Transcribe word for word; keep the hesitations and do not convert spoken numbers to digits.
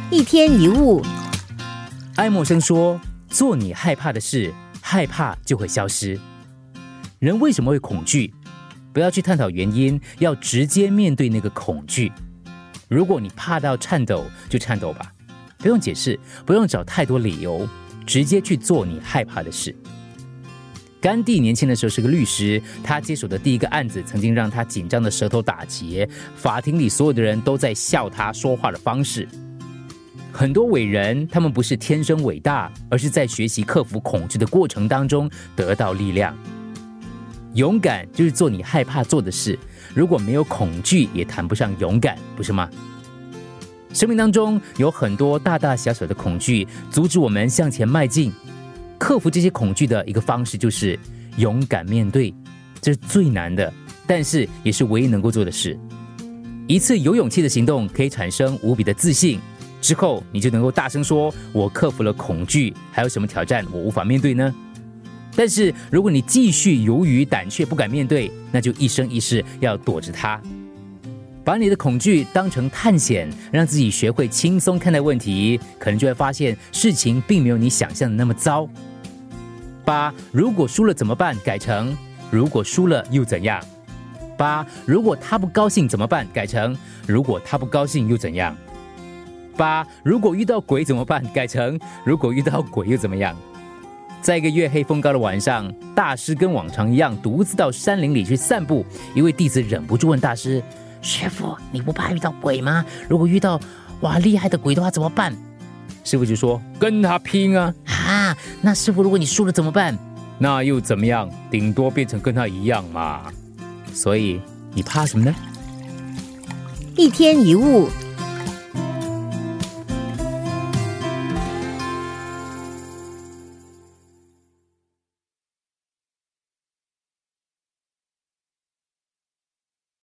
一天一物。 爱默生说，做你害怕的事，害怕就会消失。人为什么会恐惧？不要去探讨原因，要直接面对那个恐惧。如果你怕到颤抖，就颤抖吧，不用解释，不用找太多理由，直接去做你害怕的事。甘地年轻的时候是个律师，他接手的第一个案子曾经让他紧张的舌头打结，法庭里所有的人都在笑他说话的方式。很多伟人，他们不是天生伟大，而是在学习克服恐惧的过程当中得到力量。勇敢就是做你害怕做的事，如果没有恐惧，也谈不上勇敢，不是吗？生命当中有很多大大小小的恐惧，阻止我们向前迈进。克服这些恐惧的一个方式就是勇敢面对，这是最难的，但是也是唯一能够做的事。一次有勇气的行动可以产生无比的自信，之后你就能够大声说，我克服了恐惧，还有什么挑战我无法面对呢？但是如果你继续犹豫胆怯不敢面对，那就一生一世要躲着它。把你的恐惧当成探险，让自己学会轻松看待问题，可能就会发现事情并没有你想象的那么糟。八，如果输了怎么办？改成如果输了又怎样？八，如果他不高兴怎么办？改成如果他不高兴又怎样？八，如果遇到鬼怎么办？改成如果遇到鬼又怎么样？在一个月黑风高的晚上，大师跟往常一样独自到山林里去散步。一位弟子忍不住问大师，师父，你不怕遇到鬼吗？如果遇到哇厉害的鬼的话怎么办？师父就说，跟他拼啊！啊，那师父，如果你输了怎么办？那又怎么样？顶多变成跟他一样嘛。所以你怕什么呢？ 一天一物。